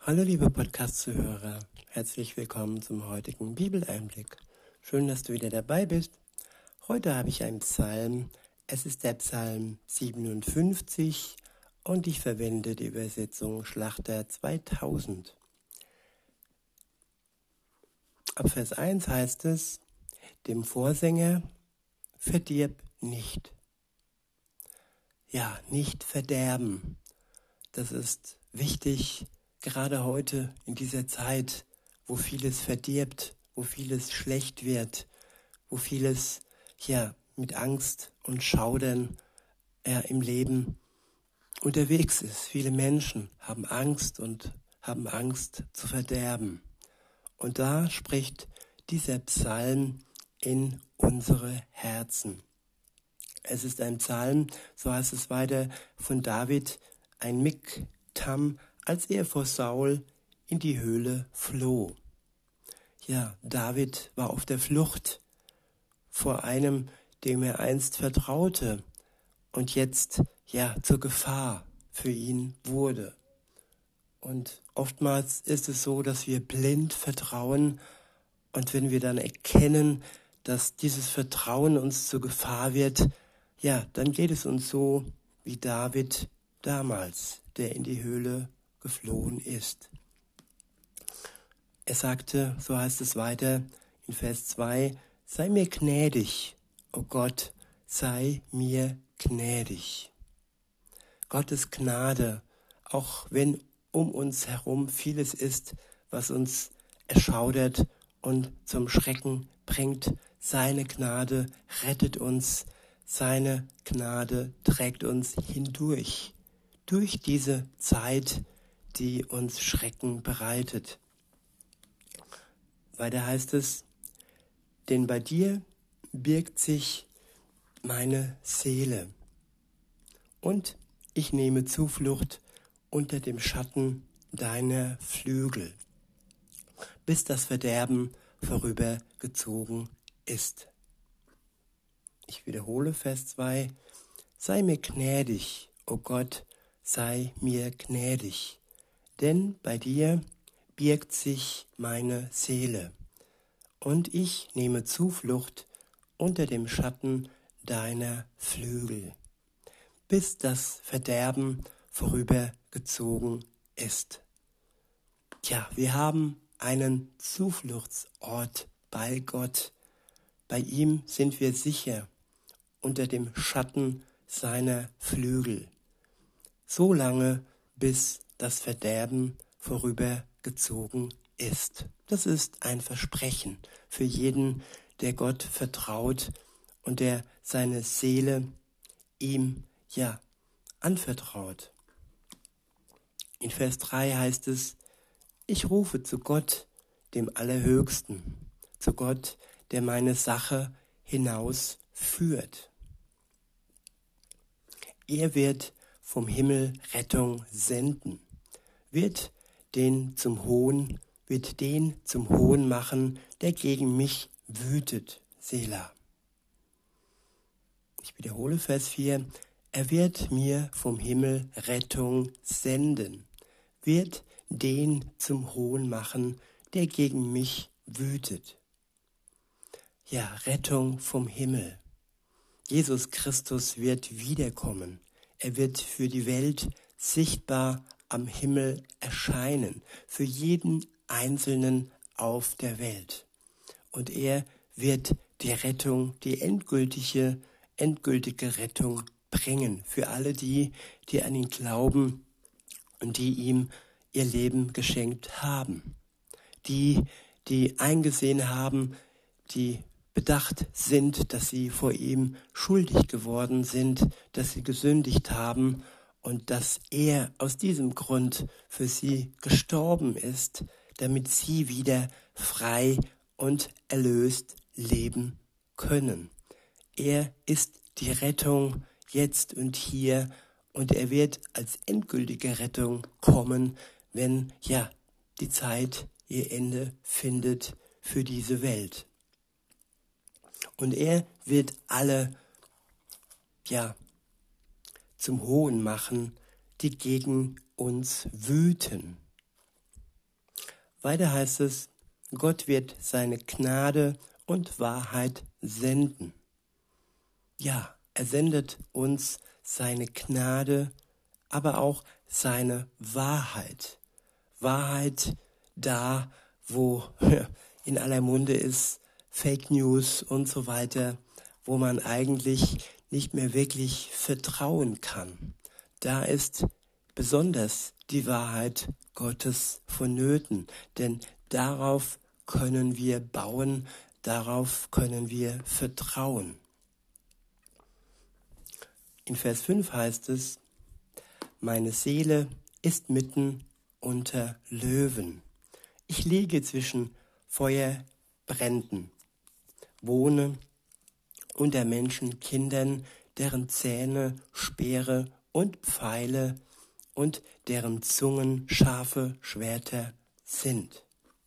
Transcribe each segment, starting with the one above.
Hallo liebe Podcast-Zuhörer, herzlich willkommen zum heutigen Bibeleinblick. Schön, dass du wieder dabei bist. Heute habe ich einen Psalm, es ist der Psalm 57 und ich verwende die Übersetzung Schlachter 2000. Ab Vers 1 heißt es, dem Vorsänger, verdirb nicht. Ja, nicht verderben. Das ist wichtig, gerade heute in dieser Zeit, wo vieles verdirbt, wo vieles schlecht wird, wo vieles mit Angst und Schaudern im Leben unterwegs ist. Viele Menschen haben Angst und haben Angst zu verderben. Und da spricht dieser Psalm in unsere Herzen. Es ist ein Psalm, so heißt es weiter, von David, ein Miktam, als er vor Saul in die Höhle floh. Ja, David war auf der Flucht vor einem, dem er einst vertraute und jetzt zur Gefahr für ihn wurde. Und oftmals ist es so, dass wir blind vertrauen und wenn wir dann erkennen, dass dieses Vertrauen uns zur Gefahr wird, dann geht es uns so wie David damals, der in die Höhle geflohen ist. Er sagte, so heißt es weiter in Vers 2, sei mir gnädig, o Gott, sei mir gnädig. Gottes Gnade, auch wenn um uns herum vieles ist, was uns erschaudert und zum Schrecken bringt, seine Gnade rettet uns, seine Gnade trägt uns hindurch, durch diese Zeit, die uns Schrecken bereitet. Weiter heißt es, denn bei dir birgt sich meine Seele und ich nehme Zuflucht unter dem Schatten deiner Flügel, bis das Verderben vorübergezogen ist. Ich wiederhole Vers 2, sei mir gnädig, o Gott, sei mir gnädig, denn bei dir birgt sich meine Seele, und ich nehme Zuflucht unter dem Schatten deiner Flügel, bis das Verderben vorübergezogen ist. Wir haben einen Zufluchtsort bei Gott. Bei ihm sind wir sicher unter dem Schatten seiner Flügel. So lange, bis das Verderben vorübergezogen ist. Das ist ein Versprechen für jeden, der Gott vertraut und der seine Seele ihm anvertraut. In Vers 3 heißt es, ich rufe zu Gott, dem Allerhöchsten, zu Gott, der meine Sache hinausführt. Er wird vom Himmel Rettung senden, wird den zum Hohn machen, der gegen mich wütet. Selah. Ich wiederhole Vers 4. Er wird mir vom Himmel Rettung senden, wird den zum Hohn machen, der gegen mich wütet. Rettung vom Himmel. Jesus Christus wird wiederkommen. Er wird für die Welt sichtbar am Himmel erscheinen, für jeden Einzelnen auf der Welt. Und er wird die Rettung, die endgültige Rettung bringen für alle die an ihn glauben und die ihm ihr Leben geschenkt haben. Die eingesehen haben, die bedacht sind, dass sie vor ihm schuldig geworden sind, dass sie gesündigt haben und dass er aus diesem Grund für sie gestorben ist, damit sie wieder frei und erlöst leben können. Er ist die Rettung jetzt und hier und er wird als endgültige Rettung kommen, wenn die Zeit ihr Ende findet für diese Welt. Und er wird alle zum Hohn machen, die gegen uns wüten. Weiter heißt es, Gott wird seine Gnade und Wahrheit senden. Ja, er sendet uns seine Gnade, aber auch seine Wahrheit. Wahrheit da, wo in aller Munde ist, Fake News und so weiter, wo man eigentlich nicht mehr wirklich vertrauen kann. Da ist besonders die Wahrheit Gottes vonnöten, denn darauf können wir bauen, darauf können wir vertrauen. In Vers 5 heißt es, meine Seele ist mitten unter Löwen. Ich liege zwischen Feuerbränden, wohne unter Menschenkindern, deren Zähne Speere und Pfeile und deren Zungen scharfe Schwerter sind.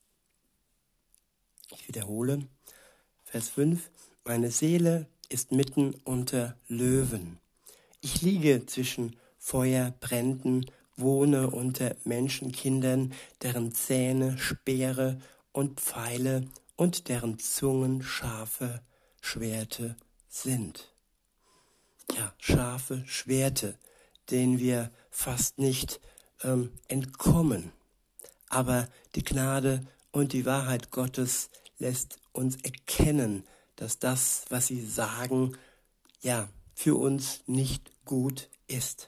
Ich wiederhole, Vers 5, meine Seele ist mitten unter Löwen. Ich liege zwischen Feuerbränden, wohne unter Menschenkindern, deren Zähne Speere und Pfeile und deren Zungen scharfe Schwerte sind. Ja, scharfe Schwerte, denen wir fast nicht entkommen. Aber die Gnade und die Wahrheit Gottes lässt uns erkennen, dass das, was sie sagen, ja, für uns nicht gut ist.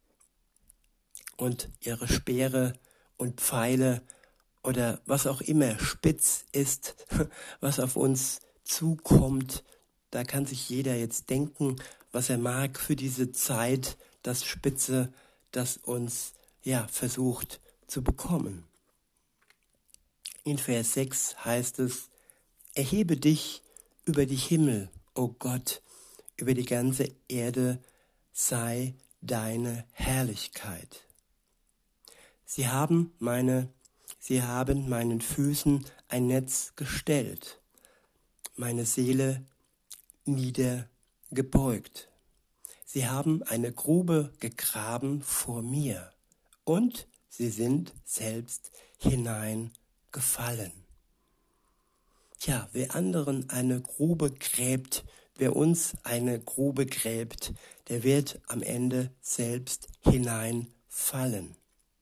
Und ihre Speere und Pfeile oder was auch immer spitz ist, was auf uns zukommt, da kann sich jeder jetzt denken, was er mag für diese Zeit, das Spitze, das uns ja versucht zu bekommen. In Vers 6 heißt es, erhebe dich über die Himmel, o Gott, über die ganze Erde sei deine Herrlichkeit. Sie haben meinen Füßen ein Netz gestellt, meine Seele niedergebeugt. Sie haben eine Grube gegraben vor mir und sie sind selbst hineingefallen. Tja, wer anderen eine Grube gräbt, wer uns eine Grube gräbt, der wird am Ende selbst hineinfallen.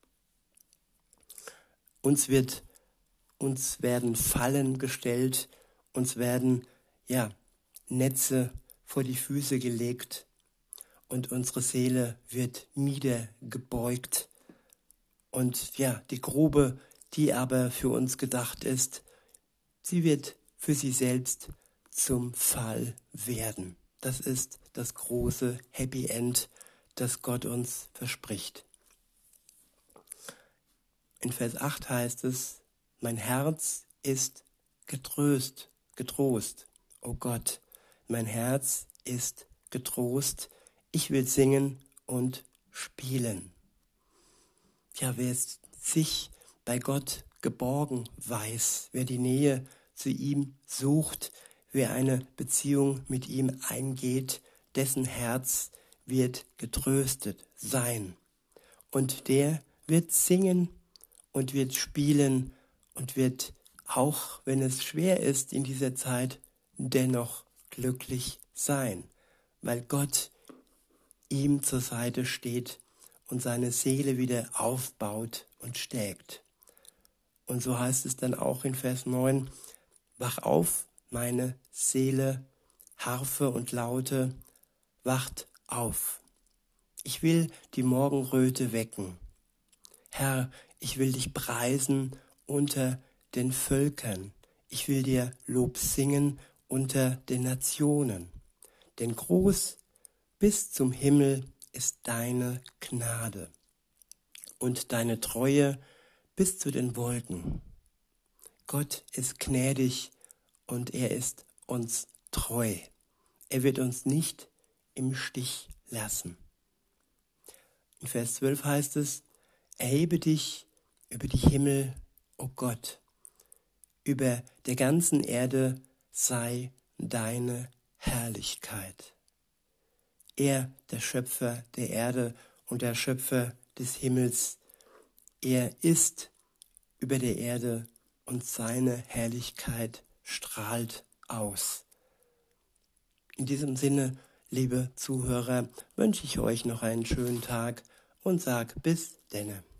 Uns werden Fallen gestellt, uns werden Netze vor die Füße gelegt und unsere Seele wird niedergebeugt. Und die Grube, die aber für uns gedacht ist, sie wird für sie selbst zum Fall werden. Das ist das große Happy End, das Gott uns verspricht. In Vers 8 heißt es, mein Herz ist getrost, o Gott, mein Herz ist getrost, ich will singen und spielen. Ja, wer sich bei Gott geborgen weiß, wer die Nähe zu ihm sucht, wer eine Beziehung mit ihm eingeht, dessen Herz wird getröstet sein. Und der wird singen und wird spielen und wird, auch wenn es schwer ist in dieser Zeit, dennoch glücklich sein, weil Gott ihm zur Seite steht und seine Seele wieder aufbaut und stärkt. Und so heißt es dann auch in Vers 9, wach auf, meine Seele, Harfe und Laute, wacht auf. Ich will die Morgenröte wecken. Herr, ich will dich preisen unter den Völkern. Ich will dir Lob singen unter den Nationen. Denn groß bis zum Himmel ist deine Gnade und deine Treue bis zu den Wolken. Gott ist gnädig und er ist uns treu. Er wird uns nicht im Stich lassen. In Vers 12 heißt es, erhebe dich über die Himmel, o Gott, über der ganzen Erde sei deine Herrlichkeit. Er, der Schöpfer der Erde und der Schöpfer des Himmels, er ist über der Erde und seine Herrlichkeit strahlt aus. In diesem Sinne, liebe Zuhörer, wünsche ich euch noch einen schönen Tag und sag bis denne.